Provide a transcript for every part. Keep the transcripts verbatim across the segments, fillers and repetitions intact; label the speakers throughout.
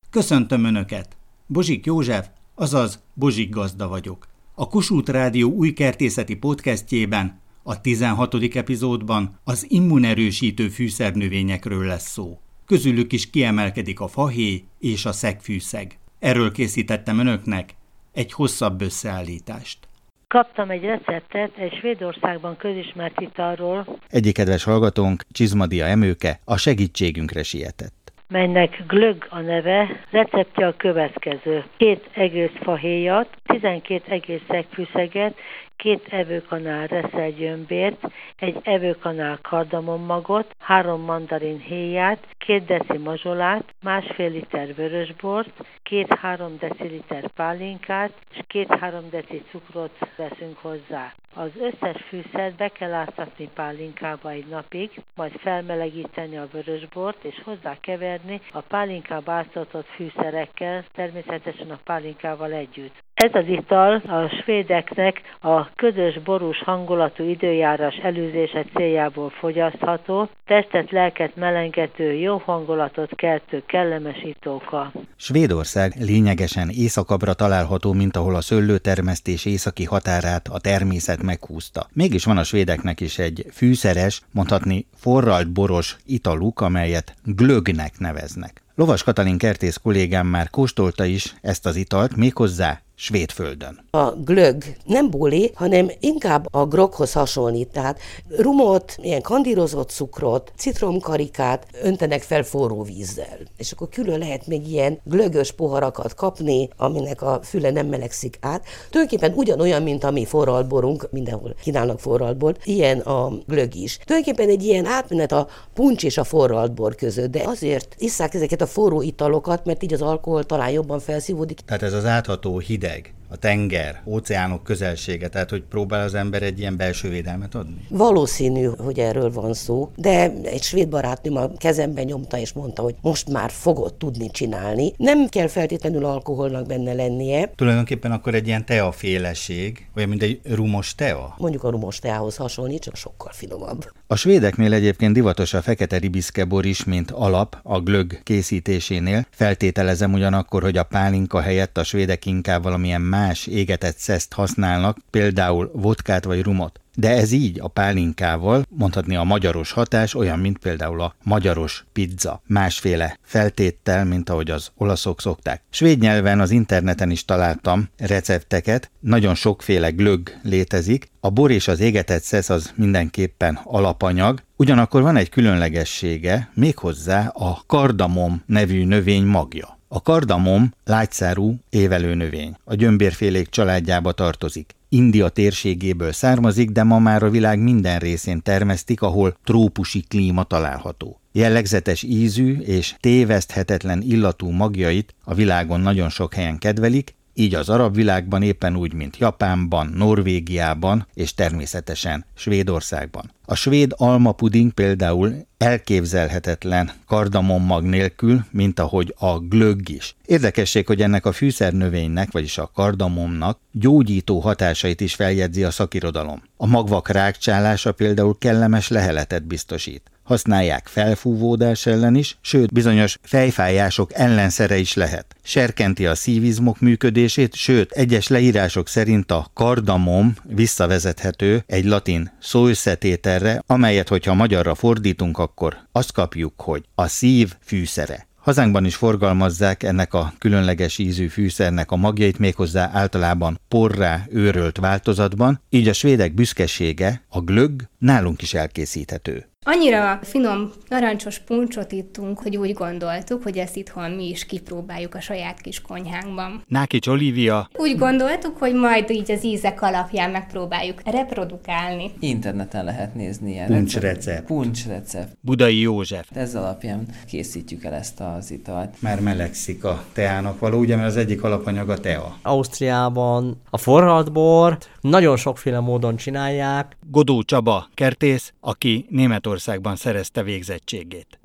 Speaker 1: Köszöntöm Önöket! Bozsik József, azaz Bozsik Gazda vagyok. A Kossuth Rádió új kertészeti podcastjében, a tizenhatodik epizódban az immunerősítő fűszernövényekről lesz szó. Közülük is kiemelkedik a fahéj és a szegfűszeg. Erről készítettem Önöknek egy hosszabb összeállítást.
Speaker 2: Kaptam egy receptet egy Svédországban közismert italról,
Speaker 1: Egyik kedves hallgatónk, Csizmadia Emőke, a segítségünkre sietett.
Speaker 2: melynek glögg a neve. Receptje a következő: két egész fahéjat, tizenkét egész szegfűszeget, két evőkanál reszelgyömbért, egy evőkanál kardamommagot, három mandarin héját, két deci mazsolát, másfél liter vörösbort, két-három deciliter pálinkát és két-három deci cukrot veszünk hozzá. Az összes fűszert be kell áztatni pálinkába egy napig, majd felmelegíteni a vörösbort és hozzákeverni a pálinkába áztatott fűszerekkel, természetesen a pálinkával együtt. Ez az ital a svédeknek a közös borús hangulatú időjárás előzése céljából fogyasztható, testet, lelket melengető, jó hangulatot keltő kellemes itóka.
Speaker 1: Svédország lényegesen északabbra található, mint ahol a szőlőtermesztés északi határát a természet meghúzta. Mégis van a svédeknek is egy fűszeres, mondhatni forralt boros italuk, amelyet glöggnek neveznek. Lovas Katalin kertész kollégám már kóstolta is ezt az italt, méghozzá Svédföldön.
Speaker 3: A glögg nem bóli, hanem inkább a groghoz hasonlít. Tehát rumot, ilyen kandírozott cukrot, citromkarikát öntenek fel forró vízzel. És akkor külön lehet még ilyen glöggös poharakat kapni, aminek a füle nem melegszik át. Tulajdonképpen ugyanolyan, mint a mi forraltborunk, mindenhol kínálnak forraltbor, ilyen a glögg is. Tulajdonképpen egy ilyen átmenet a puncs és a forraltbor között, de azért isszák ezeket a forró italokat, mert így az alkohol talán jobban felszívódik.
Speaker 1: Tehát ez az átható hideg, a tenger, óceánok közelsége, tehát hogy próbál az ember egy ilyen belső védelmet adni?
Speaker 3: Valószínű, hogy erről van szó, de egy svéd barátnőm a kezemben nyomta és mondta, hogy most már fogod tudni csinálni. Nem kell feltétlenül alkoholnak benne lennie.
Speaker 1: Tulajdonképpen akkor egy ilyen teaféleség, olyan mint egy rumos tea?
Speaker 3: Mondjuk a rumos teához hasonlít, csak sokkal finomabb.
Speaker 1: A svédeknél egyébként divatos a fekete ribiszkebor is, mint alap a glögg készítésénél. Feltételezem ugyanakkor, hogy a pálinka helyett a svédek inkább valamilyen más égetett szeszt használnak, például vodkát vagy rumot. De ez így a pálinkával, mondhatni a magyaros hatás olyan, mint például a magyaros pizza. Másféle feltéttel, mint ahogy az olaszok szokták. Svéd nyelven az interneten is találtam recepteket, nagyon sokféle glögg létezik. A bor és az égetett szesz az mindenképpen alapanyag, ugyanakkor van egy különlegessége, méghozzá a kardamom nevű növény magja. A kardamom lágyszárú évelő növény. A gyömbérfélék családjába tartozik. India térségéből származik, de ma már a világ minden részén termesztik, ahol trópusi klíma található. Jellegzetes ízű és téveszthetetlen illatú magjait a világon nagyon sok helyen kedvelik, így az arab világban éppen úgy, mint Japánban, Norvégiában és természetesen Svédországban. A svéd almapuding például elképzelhetetlen kardamommag nélkül, mint ahogy a glögg is. Érdekesség, hogy ennek a fűszernövénynek, vagyis a kardamomnak gyógyító hatásait is feljegyzi a szakirodalom. A magvak rákcsálása például kellemes leheletet biztosít. Használják felfúvódás ellen is, sőt bizonyos fejfájások ellenszere is lehet. Serkenti a szívizmok működését, sőt egyes leírások szerint a kardamom visszavezethető egy latin szóösszetételre, amelyet, hogyha magyarra fordítunk, akkor azt kapjuk, hogy a szív fűszere. Hazánkban is forgalmazzák ennek a különleges ízű fűszernek a magjait, méghozzá általában porrá őrölt változatban, így a svédek büszkesége, a glögg nálunk is elkészíthető.
Speaker 4: Annyira finom, narancsos puncsot ittunk, hogy úgy gondoltuk, hogy ezt itthon mi is kipróbáljuk a saját kis konyhánkban.
Speaker 1: Nákics Olivia.
Speaker 4: Úgy gondoltuk, hogy majd így az ízek alapján megpróbáljuk reprodukálni.
Speaker 5: Interneten lehet nézni ilyen
Speaker 1: Puncsrecept.
Speaker 5: Puncsrecept.
Speaker 1: Budai József.
Speaker 5: Ez alapján készítjük el ezt az italt.
Speaker 1: Már melegszik a teának való, ugye, mert az egyik alapanyag a tea.
Speaker 6: Ausztriában a forraltbort nagyon sokféle módon csinálják.
Speaker 1: Godó Csaba kertész, aki Németországban szerezte végzettségét.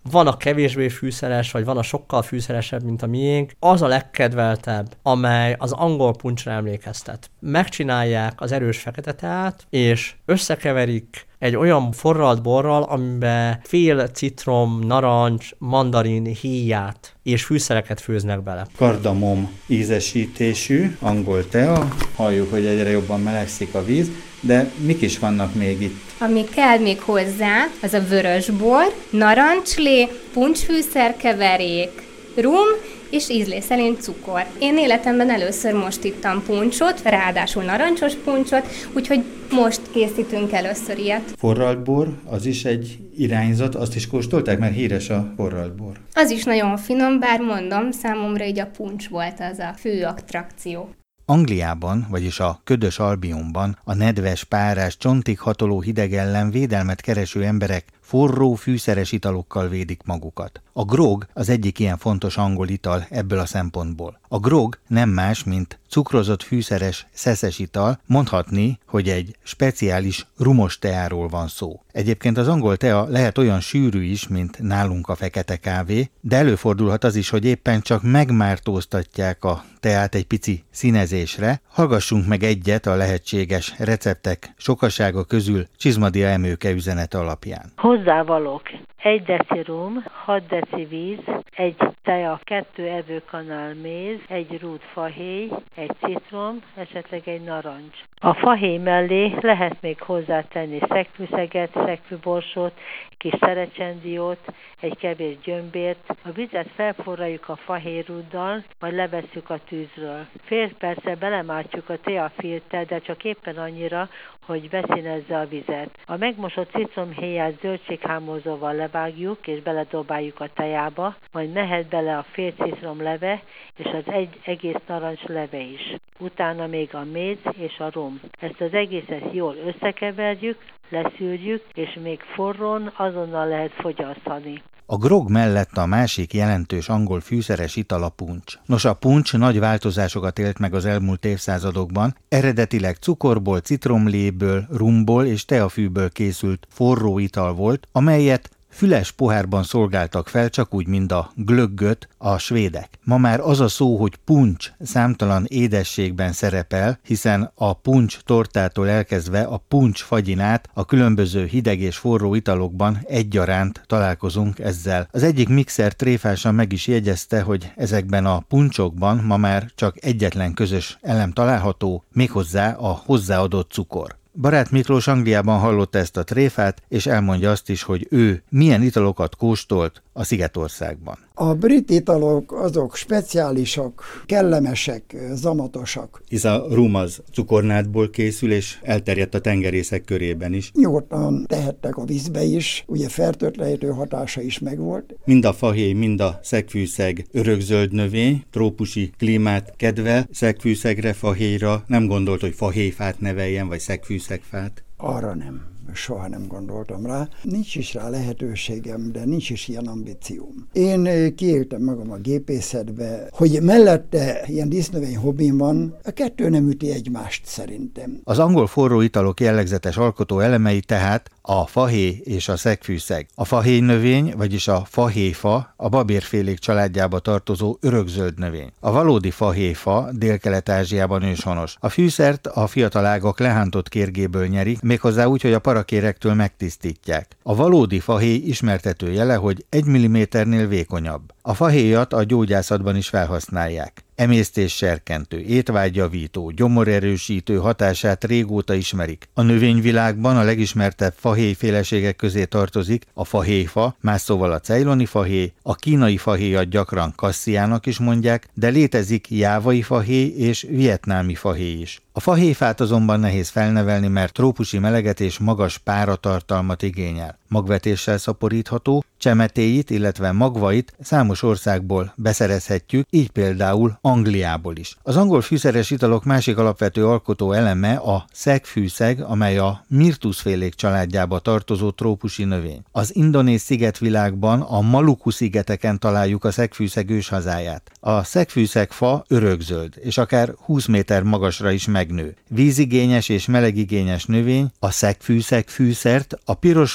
Speaker 6: Van a kevésbé fűszeres, vagy van a sokkal fűszeresebb, mint a miénk. Az a legkedveltebb, amely az angol puncsra emlékeztet. Megcsinálják az erős fekete teát, és összekeverik egy olyan forralt borral, amiben fél citrom, narancs, mandarin héját és fűszereket főznek bele.
Speaker 1: Kardamom ízesítésű angol tea, halljuk, hogy egyre jobban melegszik a víz, de mik is vannak még itt?
Speaker 4: Ami kell még hozzá, az a vörösbor, narancslé, puncsfűszerkeverék, rum és ízlés szerint cukor. Én életemben először most ittam puncsot, ráadásul narancsos puncsot, úgyhogy most készítünk először ilyet.
Speaker 1: Forralt bor, az is egy irányzat, azt is kóstolták, mert híres a forralt bor.
Speaker 4: Az is nagyon finom, bár mondom, számomra így a puncs volt az a fő attrakció.
Speaker 1: Angliában, vagyis a ködös Albionban a nedves, párás, csontig hatoló hideg ellen védelmet kereső emberek forró, fűszeres italokkal védik magukat. A grog az egyik ilyen fontos angol ital ebből a szempontból. A grog nem más, mint cukrozott fűszeres szeszes ital, mondhatni, hogy egy speciális rumos teáról van szó. Egyébként az angol tea lehet olyan sűrű is, mint nálunk a fekete kávé, de előfordulhat az is, hogy éppen csak megmártóztatják a teát egy pici színezésre. Hallgassunk meg egyet a lehetséges receptek sokasága közül Csizmadia Emőke üzenete alapján.
Speaker 2: Hozzávalók: egy deci rum, hat deci víz, egy tea, kettő evőkanál méz, egy rút fahéj, egy citrom, esetleg egy narancs. A fahéj mellé lehet még hozzátenni szegfűszeget, szegfűborsót, kis szerecsendiót, egy kevés gyömbért. A vizet felforraljuk a fahéjrúddal, majd levesszük a tűzről. Fél percre belemártjuk a teafiltert, de csak éppen annyira, hogy beszínezze a vizet. A megmosott citromhéját zöldséghámozóval levágjuk és beledobáljuk a tejába, majd mehet bele a fél citrom leve és az egy egész narancs leve is. Utána még a méz és a rum. Ezt az egészet jól összekeverjük, leszűrjük, és még forrón azonnal lehet fogyasztani.
Speaker 1: A grog mellett a másik jelentős angol fűszeres ital a puncs. Nos, a puncs nagy változásokat élt meg az elmúlt évszázadokban, eredetileg cukorból, citromléből, rumból és teafűből készült forró ital volt, amelyet füles pohárban szolgáltak fel, csak úgy, mint a glöggöt a svédek. Ma már az a szó, hogy puncs számtalan édességben szerepel, hiszen a puncs tortától elkezdve a puncs fagyinát a különböző hideg és forró italokban egyaránt találkozunk ezzel. Az egyik mixer tréfásan meg is jegyezte, hogy ezekben a puncsokban ma már csak egyetlen közös elem található, méghozzá a hozzáadott cukor. Barát Miklós Angliában hallotta ezt a tréfát, és elmondja azt is, hogy ő milyen italokat kóstolt a Szigetországban.
Speaker 7: A brit italok azok speciálisak, kellemesek, zamatosak.
Speaker 1: Hisz a rum az cukornádból készül, és elterjedt a tengerészek körében is.
Speaker 7: Nyugodtan tehettek a vízbe is, ugye fertőtlenítő hatása is megvolt.
Speaker 1: Mind a fahéj, mind a szegfűszeg örökzöld növény, trópusi klímát kedvel, szegfűszegre, fahéjra nem gondolt, hogy fahéjfát neveljen, vagy szegfűszegfát?
Speaker 7: Arra nem. Soha nem gondoltam rá. Nincs is rá lehetőségem, de nincs is ilyen ambícióm. Én kiéltem magam a gépészetbe, hogy mellette ilyen dísznövény hobbim van, a kettő nem üti egymást szerintem.
Speaker 1: Az angol forró italok jellegzetes alkotó elemei tehát a fahéj és a szegfűszeg. A fahéj növény, vagyis a fahéjfa a babérfélék családjába tartozó örökzöld növény. A valódi fahéjfa Dél-Kelet-Ázsiában őshonos. A fűszert a fiatal ágak lehántott kérgéből nyerik, méghozzá úgy, hogy a parakérektől megtisztítják. A valódi fahéj ismertető jele, hogy egy milliméternél vékonyabb. A fahéjat a gyógyászatban is felhasználják. Emésztés serkentő, étvágygavító, gyomorerősítő hatását régóta ismerik. A növényvilágban a legismertebb fahéjféleségek közé tartozik a fahéjfa, más szóval a ceyloni fahéj, a kínai fahéjat gyakran kassziának is mondják, de létezik jávai fahéj és vietnámi fahéj is. A fahéjfát azonban nehéz felnevelni, mert trópusi meleget és magas páratartalmat igényel. Magvetéssel szaporítható, csemetéit, illetve magvait számos országból beszerezhetjük, így például Angliából is. Az angol fűszeres italok másik alapvető alkotó eleme a szegfűszeg, amely a mirtuszfélék családjába tartozó trópusi növény. Az indonéz szigetvilágban a Maluku-szigeteken találjuk a szegfűszeg őshazáját. A szegfűszegfa örökzöld, és akár húsz méter magasra is megnő. Vízigényes és melegigényes növény, a szegfűszeg fűszert a pirosló virág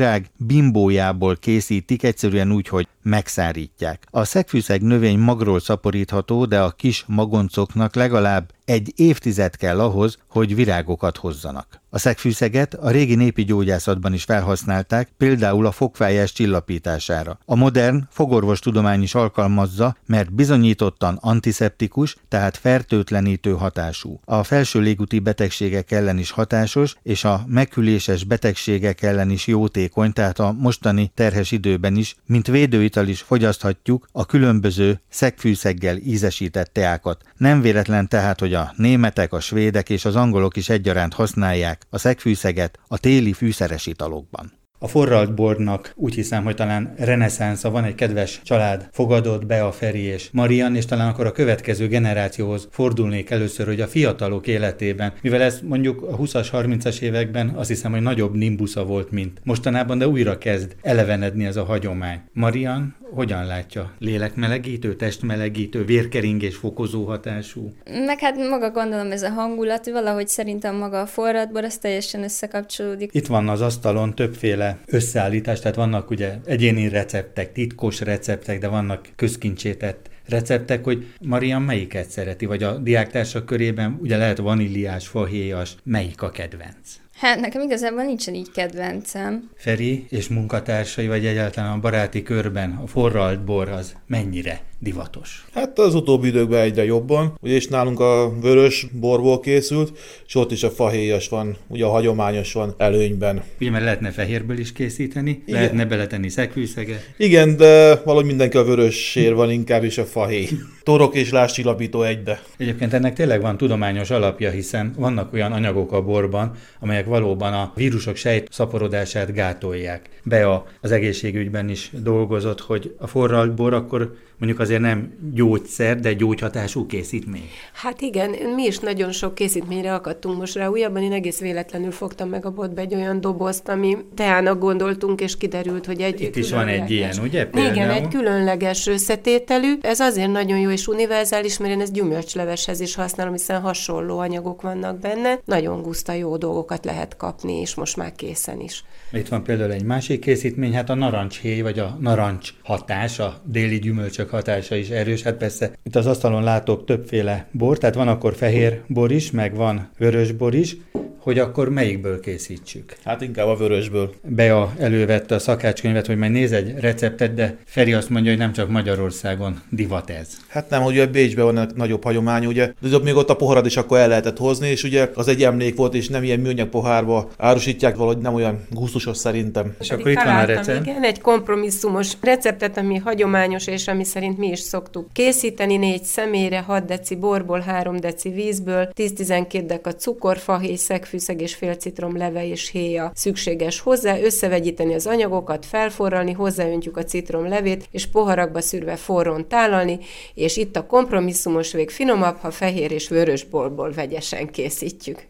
Speaker 1: virág bimbójából készítik, egyszerűen úgy, hogy megszárítják. A szegfűszeg növény magról szaporítható, de a kis magoncoknak legalább egy évtized kell ahhoz, hogy virágokat hozzanak. A szegfűszeget a régi népi gyógyászatban is felhasználták, például a fogfájás csillapítására. A modern fogorvostudomány is alkalmazza, mert bizonyítottan antiszeptikus, tehát fertőtlenítő hatású. A felső légúti betegségek ellen is hatásos, és a meghűléses betegségek ellen is jótékony, tehát a mostani terhes időben is, mint védőital is fogyaszthatjuk a különböző szegfűszeggel ízesített teákat. Nem véletlen tehát, hogy a németek, a svédek és az angolok is egyaránt használják a szegfűszeget a téli fűszeres italokban. A forralt bornak úgy hiszem, hogy talán reneszánsza van, egy kedves család fogadott be, a Feri és Marian, és talán akkor a következő generációhoz fordulnék először, hogy a fiatalok életében, mivel ez mondjuk a húszas, harmincas években azt hiszem, hogy nagyobb nimbusza volt, mint mostanában, de újra kezd elevenedni ez a hagyomány. Marian hogyan látja? Lélekmelegítő, testmelegítő, vérkeringés fokozó hatású?
Speaker 8: Meg hát maga gondolom ez a hangulat, valahogy szerintem maga a forradbor, ez teljesen összekapcsolódik.
Speaker 1: Itt van az asztalon többféle összeállítás, tehát vannak ugye egyéni receptek, titkos receptek, de vannak közkincsétett receptek, hogy Marian melyiket szereti, vagy a diáktársak körében ugye lehet vaníliás, fahéjas, melyik a kedvenc?
Speaker 8: Hát nekem igazából nincsen így kedvencem.
Speaker 1: Feri és munkatársai, vagy egyáltalán a baráti körben a forralt bor az mennyire divatos?
Speaker 9: Hát az utóbbi időkben egyre jobban, ugye és nálunk a vörös borból készült, és ott is a fahéjas van, ugye a hagyományos van előnyben.
Speaker 1: Ugye mert lehetne fehérből is készíteni, igen. Lehetne beletenni szegfűszeget.
Speaker 9: Igen, de valahogy mindenki a vörössér van inkább, és a fahéj. Torok és láscsillapító egybe.
Speaker 1: Egyébként ennek tényleg van tudományos alapja, hiszen vannak olyan anyagok a borban, amelyek valóban a vírusok sejt szaporodását gátolják. Be az egészségügyben is dolgozott, hogy a forralt bor akkor mondjuk azért nem gyógyszer, de gyógyhatású készítmény.
Speaker 10: Hát igen, mi is nagyon sok készítményre akadtunk most rá. Újabban én egész véletlenül fogtam meg a boltba egy olyan dobozt, ami teának gondoltunk, és kiderült, hogy egy
Speaker 1: Itt is van egy ilyen, ugye? Például?
Speaker 10: Igen, egy különleges összetételű. Ez azért nagyon jó és univerzális, mert én ezt gyümölcsleveshez is használom, hiszen hasonló anyagok vannak benne. Nagyon guszta jó dolgokat lehet kapni, és most már készen is.
Speaker 1: Itt van például egy másik készítmény, hát a narancshéj, vagy a narancs hatás, a déli gyümölcsök hatása is erős. Hát persze itt az asztalon látok többféle bor, tehát van akkor fehér bor is, meg van vörös bor is, hogy akkor melyikből készítsük?
Speaker 9: Hát inkább a vörösből.
Speaker 1: Bea elővette a szakácskönyvet, hogy majd néz egy receptet, de Feri azt mondja, hogy nem csak Magyarországon divat ez.
Speaker 9: Hát nem, ugye Bécsben van egy nagyobb hagyomány, ugye, de még ott a poharat is akkor el lehetett hozni, és ugye az egy emlék volt, és nem ilyen műanyag pohárba árusítják, valahogy nem olyan gusztusos szerintem.
Speaker 1: És akkor itt van a recept.
Speaker 10: Igen, egy kompromisszumos receptet, ami hagyományos, és ami szerint mi is szoktuk készíteni, négy személyre, hat deci borból, három deci vízből, tíz-tizenkét deka cukor, fahéj, szegfűszeg és fél citrom leve és héja szükséges hozzá, összevegyíteni az anyagokat, felforralni, hozzáöntjük a citrom levét, és poharakba szűrve forrón tálalni, és itt a kompromisszumos vég finomabb, ha fehér és vörös borból vegyesen készítjük.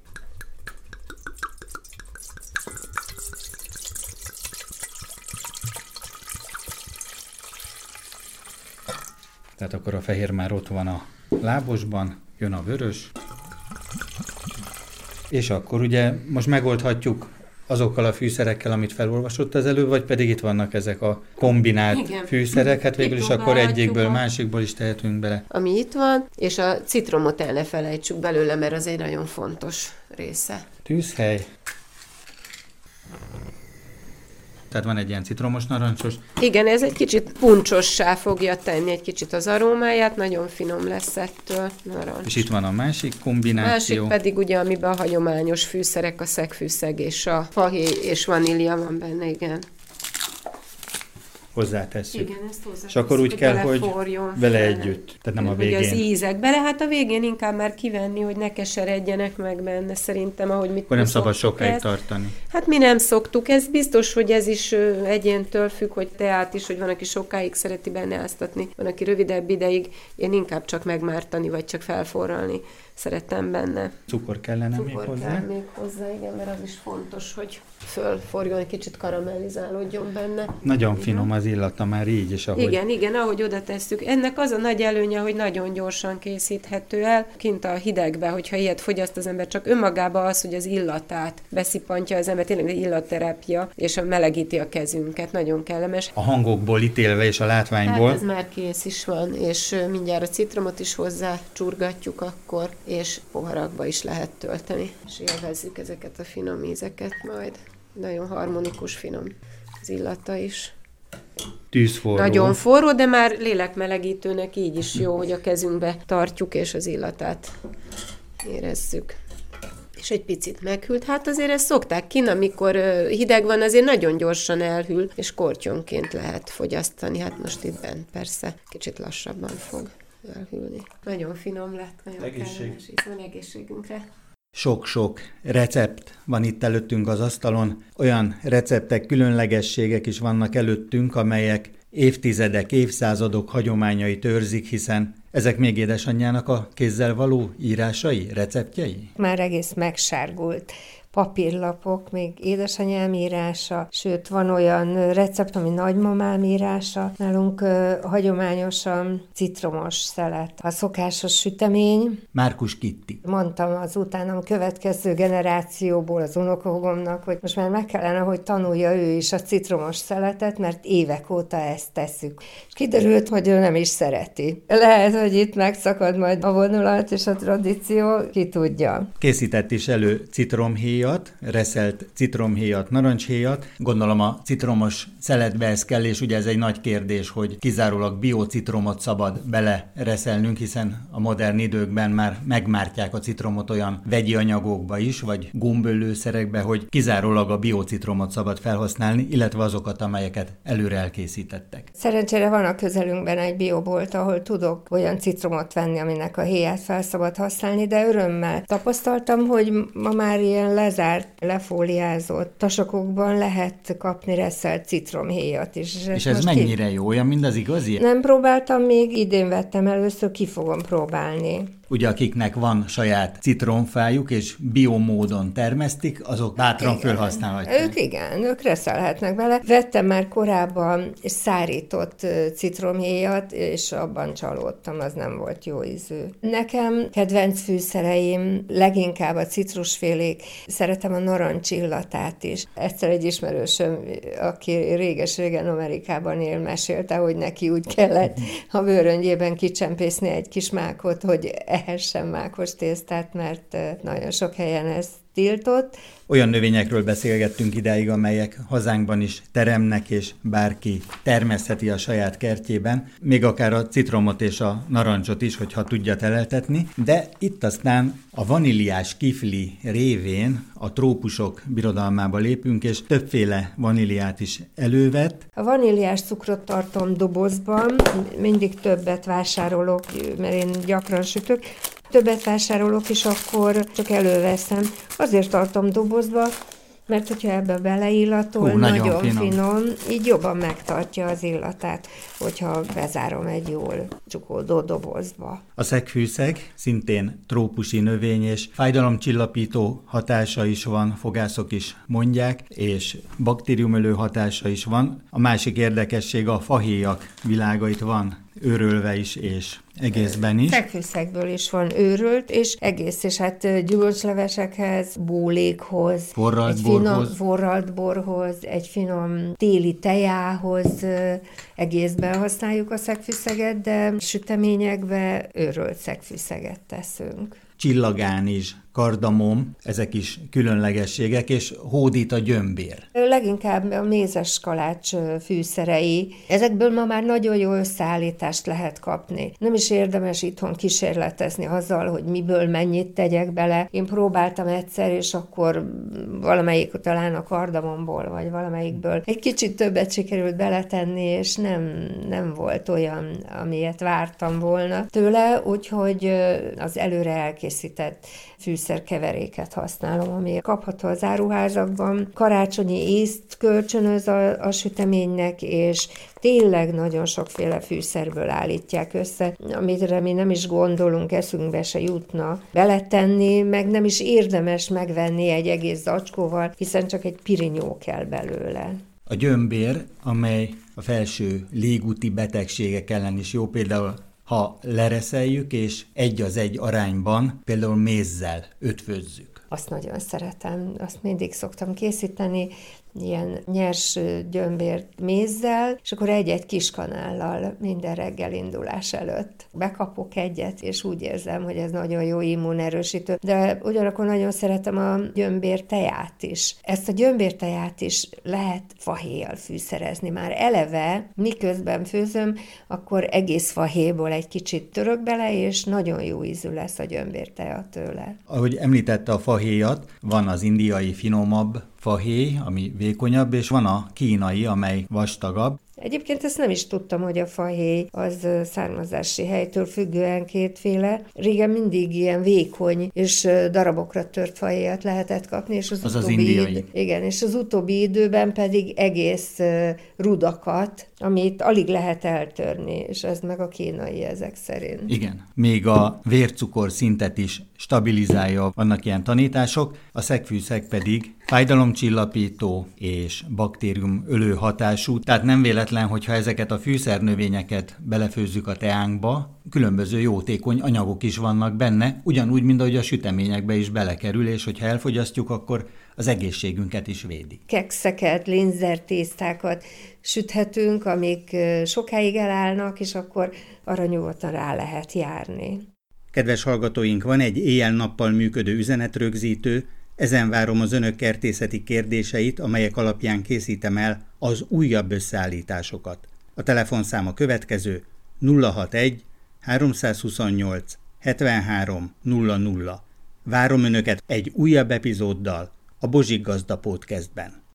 Speaker 1: Tehát akkor a fehér már ott van a lábosban, jön a vörös, és akkor ugye most megoldhatjuk azokkal a fűszerekkel, amit felolvasott az előbb, vagy pedig itt vannak ezek a kombinált Igen. fűszerek, hát végül is akkor egyikből, a... másikból is tehetünk bele.
Speaker 10: Ami itt van, és a citromot el ne felejtsük belőle, mert az egy nagyon fontos része.
Speaker 1: Tűzhely. Tehát van egy ilyen citromos narancsos.
Speaker 10: Igen, ez egy kicsit puncsossá fogja tenni egy kicsit az arómáját, nagyon finom lesz ettől narancs.
Speaker 1: És itt van a másik kombináció.
Speaker 10: Másik pedig ugye, amiben a hagyományos fűszerek, a szegfűszeg és a fahéj és vanília van benne, igen.
Speaker 1: Hozzátesszük.
Speaker 10: Igen, ezt hozzátesszük.
Speaker 1: És akkor úgy kell, hogy vele együtt, tehát nem a végén.
Speaker 10: Ugye az ízek bele, hát a végén inkább már kivenni, hogy ne keseredjenek meg benne, szerintem, ahogy mit
Speaker 1: akkor nem szabad sokáig ezt tartani.
Speaker 10: Hát mi nem szoktuk, ez biztos, hogy ez is egyéntől függ, hogy teát is, hogy van, aki sokáig szereti benne áztatni, van, aki rövidebb ideig, én inkább csak megmártani, vagy csak felforralni szeretem benne.
Speaker 1: Cukor kellene
Speaker 10: Cukor
Speaker 1: még hozzá?
Speaker 10: kell még hozzá, igen, mert az is fontos, hogy fölforjon, egy kicsit karamellizálódjon benne.
Speaker 1: Nagyon
Speaker 10: igen.
Speaker 1: Finom az illata már így is, ahogy...
Speaker 10: Igen, igen, ahogy oda tesszük. Ennek az a nagy előnye, hogy nagyon gyorsan készíthető el. Kint a hidegbe, hogyha ilyet fogyaszt az ember, csak önmagában az, hogy az illatát beszippantja az ember, tényleg egy illatterápia, és melegíti a kezünket, nagyon kellemes.
Speaker 1: A hangokból ítélve és a látványból.
Speaker 10: Hát ez már kész is van, és mindjárt a citromot is hozzá csurgatjuk akkor, és poharakba is lehet tölteni, és élvezzük ezeket a finom ízeket majd. Nagyon harmonikus, finom az illata is.
Speaker 1: Tűzforró.
Speaker 10: Nagyon forró, de már lélekmelegítőnek így is jó, hogy a kezünkbe tartjuk, és az illatát érezzük. És egy picit meghűlt. Hát azért ezt szokták kinn, amikor hideg van, azért nagyon gyorsan elhűl, és kortyonként lehet fogyasztani. Hát most itt bent persze kicsit lassabban fog elhűlni. Nagyon finom lett, nagyon
Speaker 1: Egészség.
Speaker 10: kellemes íz van egészségünkre.
Speaker 1: Sok-sok recept van itt előttünk az asztalon. Olyan receptek, különlegességek is vannak előttünk, amelyek évtizedek, évszázadok hagyományait őrzik, hiszen ezek még édesanyjának a kézzel való írásai, receptjei?
Speaker 11: Már egész megsárgult papírlapok, még édesanyám írása, sőt, van olyan recept, ami nagymamám írása. Nálunk uh, hagyományosan citromos szelet. A szokásos sütemény.
Speaker 1: Márkus Kitti.
Speaker 11: Mondtam az utánam következő generációból az unokahúgomnak, hogy most már meg kellene, hogy tanulja ő is a citromos szeletet, mert évek óta ezt tesszük. És kiderült, hogy ő nem is szereti. Lehet, hogy itt megszakad majd a vonulat és a tradíció, ki tudja.
Speaker 1: Készített is elő citromhéjat, reszelt citromhéjat, narancshéjat. Gondolom a citromos szeletbe ez kell, és ugye ez egy nagy kérdés, hogy kizárólag biocitromot szabad bele reszelnünk, hiszen a modern időkben már megmártják a citromot olyan vegyi anyagokba is, vagy gomböllőszerekbe, hogy kizárólag a biocitromot szabad felhasználni, illetve azokat, amelyeket előre elkészítettek.
Speaker 11: Szerencsére van a közelünkben egy biobolt, ahol tudok olyan citromot venni, aminek a héját fel szabad használni, de örömmel tapasztaltam, hogy ma már ilyen lezárt, lefóliázott tasakokban lehet kapni reszelt citromhéjat is. És,
Speaker 1: és ez mennyire ki... jó, olyan, mint az igazi?
Speaker 11: Nem próbáltam még, idén vettem először, ki fogom próbálni.
Speaker 1: Ugye akiknek van saját citromfájuk, és biomódon termesztik, azok bátran igen. Fölhasználhatják.
Speaker 11: Ők igen, ők reszelhetnek bele. Vettem már korábban szárított citromhéjat, és abban csalódtam, az nem volt jó ízű. Nekem kedvenc fűszereim leginkább a citrusfélék, szeretem a narancs illatát is. Egyszer egy ismerősöm, aki réges-régen Amerikában él, mesélte, hogy neki úgy kellett a bőröngyében kicsempészni egy kis mákot, hogy ehessen mákos tésztát, mert nagyon sok helyen ez tiltott.
Speaker 1: Olyan növényekről beszélgettünk idáig, amelyek hazánkban is teremnek, és bárki termesztheti a saját kertjében, még akár a citromot és a narancsot is, hogyha tudja teleltetni, de itt aztán a vaníliás kifli révén a trópusok birodalmába lépünk, és többféle vaníliát is elővett.
Speaker 11: A vaníliás cukrot tartom dobozban, mindig többet vásárolok, mert én gyakran sütök, többet vásárolok, és akkor csak előveszem. Azért tartom dobozba, mert hogyha ebbe beleillatol,
Speaker 1: Hú, nagyon,
Speaker 11: nagyon
Speaker 1: finom.
Speaker 11: finom, így jobban megtartja az illatát, hogyha bezárom egy jól csukódó dobozba.
Speaker 1: A szegfűszeg szintén trópusi növény, és fájdalomcsillapító hatása is van, fogászok is mondják, és baktériumölő hatása is van. A másik érdekesség, a fahéjak világa itt van őrölve is, és egészben is.
Speaker 11: Szegfűszegből is van őrölt, és egész, és hát gyümölcslevesekhez, bólékhoz,
Speaker 1: forralt
Speaker 11: egy finom
Speaker 1: borhoz.
Speaker 11: forralt borhoz, egy finom téli tejához egészben használjuk a szegfűszeget, de süteményekbe őrölt szegfűszeget teszünk.
Speaker 1: Csillagán is, kardamom, ezek is különlegességek, és hódít a gyömbér.
Speaker 11: Leginkább a mézes kalács fűszerei. Ezekből ma már nagyon jó összeállítást lehet kapni. Nem is érdemes itthon kísérletezni azzal, hogy miből mennyit tegyek bele. Én próbáltam egyszer, és akkor valamelyik talán a kardamomból, vagy valamelyikből egy kicsit többet sikerült beletenni, és nem, nem volt olyan, amilyet vártam volna tőle, úgyhogy az előre elkészített fűszer fűszerkeveréket használom, ami kapható az áruházakban. Karácsonyi ízt kölcsönöz a, a süteménynek, és tényleg nagyon sokféle fűszerből állítják össze, amire mi nem is gondolunk, eszünkbe se jutna beletenni, meg nem is érdemes megvenni egy egész zacskóval, hiszen csak egy pirinyó kell belőle.
Speaker 1: A gyömbér, amely a felső légúti betegségek ellen is jó, például ha lereszeljük és egy az egy arányban, például mézzel ötvözzük.
Speaker 11: Azt nagyon szeretem, azt mindig szoktam készíteni, ilyen nyers gyömbért mézzel, és akkor egy-egy kis kanállal minden reggel indulás előtt. Bekapok egyet, és úgy érzem, hogy ez nagyon jó immunerősítő, de ugyanakkor nagyon szeretem a gyömbér teját is. Ezt a gyömbér teját is lehet fahéjjal fűszerezni. Már eleve, miközben főzöm, akkor egész fahéjból egy kicsit török bele, és nagyon jó ízű lesz a gyömbér teja tőle.
Speaker 1: Ahogy említette a fahéjat, van az indiai finomabb fahéj, ami vékonyabb, és van a kínai, amely vastagabb.
Speaker 11: Egyébként ezt nem is tudtam, hogy a fahéj az származási helytől függően kétféle. Régen mindig ilyen vékony és darabokra tört fahéjat lehetett kapni, és az,
Speaker 1: az
Speaker 11: utóbbi
Speaker 1: az indiai.
Speaker 11: Idő, igen, és az utóbbi időben pedig egész rudakat, amit alig lehet eltörni, és ez meg a kínai ezek szerint.
Speaker 1: Igen, még a vércukor szintet is stabilizálja, vannak ilyen tanítások, a szegfűszeg pedig fájdalomcsillapító és baktérium ölő hatású, tehát nem véletlen, hogyha ezeket a fűszernövényeket belefőzzük a teánkba, különböző jótékony anyagok is vannak benne, ugyanúgy, mint ahogy a süteményekbe is belekerül, és hogyha elfogyasztjuk, akkor az egészségünket is védi.
Speaker 11: Kekszeket, linzertésztákat süthetünk, amik sokáig elállnak, és akkor arra nyugodtan rá lehet járni.
Speaker 1: Kedves hallgatóink, van egy éjjel-nappal működő üzenetrögzítő, ezen várom az önök kertészeti kérdéseit, amelyek alapján készítem el az újabb összeállításokat. A telefonszám a következő: nulla hatvanegy háromszázhuszonnyolc hetvenhárom nulla nulla. Várom önöket egy újabb epizóddal a Bozsik Gazda Podcastben.